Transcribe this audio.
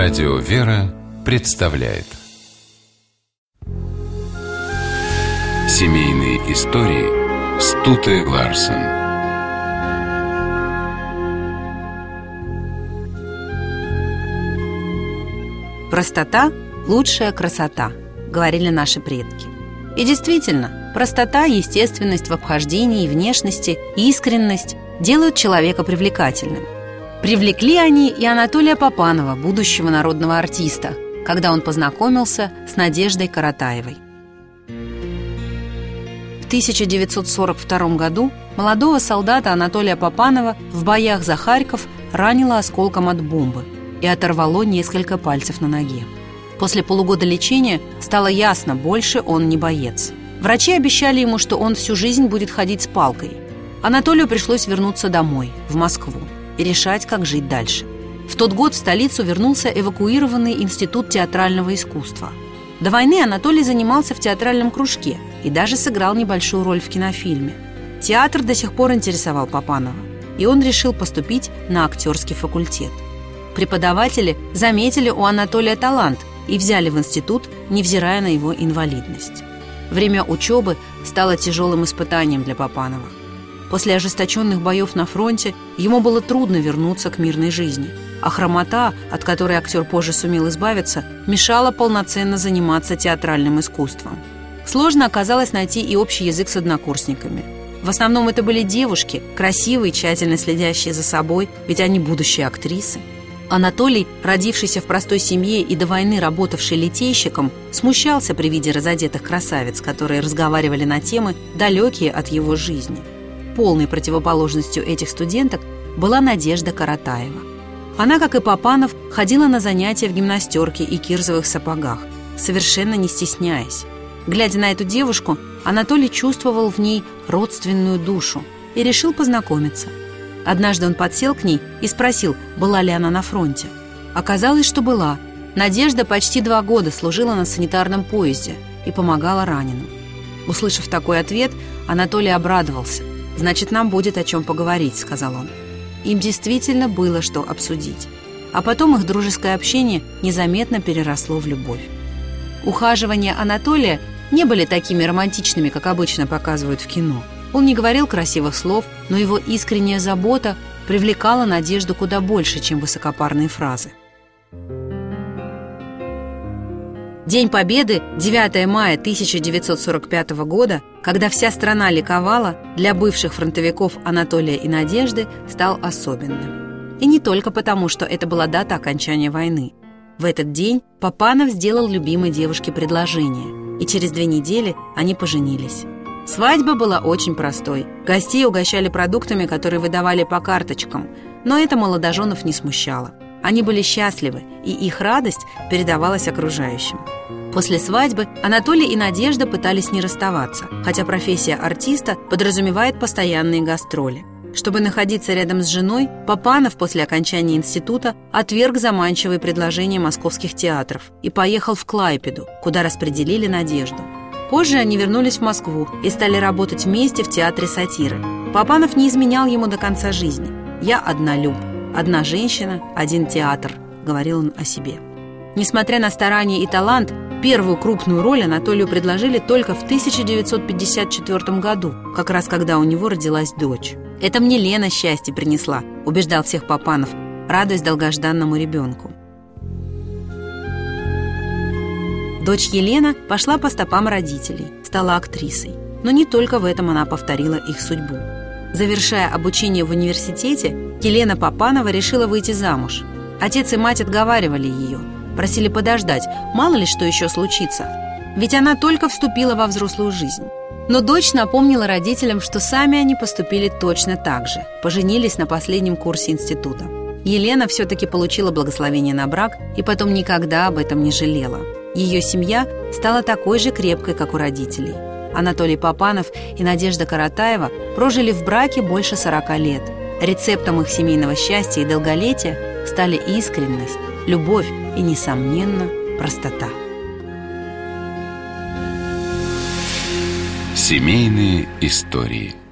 Радио «Вера» представляет Семейные истории Стуте Ларсен. «Простота – лучшая красота», – говорили наши предки. И действительно, простота, естественность в обхождении и внешности, искренность делают человека привлекательным. Привлекли они и Анатолия Папанова, будущего народного артиста, когда он познакомился с Надеждой Каратаевой. В 1942 году молодого солдата Анатолия Папанова в боях за Харьков ранило осколком от бомбы и оторвало несколько пальцев на ноге. После полугода лечения стало ясно, больше он не боец. Врачи обещали ему, что он всю жизнь будет ходить с палкой. Анатолию пришлось вернуться домой, в Москву, и решать, как жить дальше. В тот год в столицу вернулся эвакуированный Институт театрального искусства. До войны Анатолий занимался в театральном кружке и даже сыграл небольшую роль в кинофильме. Театр до сих пор интересовал Папанова, и он решил поступить на актерский факультет. Преподаватели заметили у Анатолия талант и взяли в институт, невзирая на его инвалидность. Время учебы стало тяжелым испытанием для Папанова. После ожесточенных боев на фронте ему было трудно вернуться к мирной жизни, а хромота, от которой актер позже сумел избавиться, мешала полноценно заниматься театральным искусством. Сложно оказалось найти и общий язык с однокурсниками. В основном это были девушки, красивые, тщательно следящие за собой, ведь они будущие актрисы. Анатолий, родившийся в простой семье и до войны работавший литейщиком, смущался при виде разодетых красавиц, которые разговаривали на темы, далекие от его жизни. Полной противоположностью этих студенток была Надежда Каратаева. Она, как и Папанов, ходила на занятия в гимнастерке и кирзовых сапогах, совершенно не стесняясь. Глядя на эту девушку, Анатолий чувствовал в ней родственную душу и решил познакомиться. Однажды он подсел к ней и спросил, была ли она на фронте. Оказалось, что была. Надежда почти 2 года служила на санитарном поезде и помогала раненым. Услышав такой ответ, Анатолий обрадовался. «Значит, нам будет о чем поговорить», — сказал он. Им действительно было что обсудить. А потом их дружеское общение незаметно переросло в любовь. Ухаживания Анатолия не были такими романтичными, как обычно показывают в кино. Он не говорил красивых слов, но его искренняя забота привлекала Надежду куда больше, чем высокопарные фразы. День Победы, 9 мая 1945 года, когда вся страна ликовала, для бывших фронтовиков Анатолия и Надежды стал особенным. И не только потому, что это была дата окончания войны. В этот день Папанов сделал любимой девушке предложение, и через 2 недели они поженились. Свадьба была очень простой. Гостей угощали продуктами, которые выдавали по карточкам, но это молодоженов не смущало. Они были счастливы, и их радость передавалась окружающим. После свадьбы Анатолий и Надежда пытались не расставаться, хотя профессия артиста подразумевает постоянные гастроли. Чтобы находиться рядом с женой, Папанов после окончания института отверг заманчивые предложения московских театров и поехал в Клайпеду, куда распределили Надежду. Позже они вернулись в Москву и стали работать вместе в театре сатиры. Папанов не изменял ему до конца жизни. «Я однолюб. Одна женщина, один театр», — говорил он о себе. Несмотря на старания и талант, первую крупную роль Анатолию предложили только в 1954 году, как раз когда у него родилась дочь. «Это мне Лена счастье принесла», — убеждал всех Папанов, радуясь долгожданному ребенку. Дочь Елена пошла по стопам родителей, стала актрисой. Но не только в этом она повторила их судьбу. Завершая обучение в университете, Елена Папанова решила выйти замуж. Отец и мать отговаривали ее, просили подождать, мало ли что еще случится. Ведь она только вступила во взрослую жизнь. Но дочь напомнила родителям, что сами они поступили точно так же, поженились на последнем курсе института. Елена все-таки получила благословение на брак и потом никогда об этом не жалела. Ее семья стала такой же крепкой, как у родителей. Анатолий Папанов и Надежда Каратаева прожили в браке больше 40 лет. Рецептом их семейного счастья и долголетия стали искренность, любовь и, несомненно, простота. Семейные истории.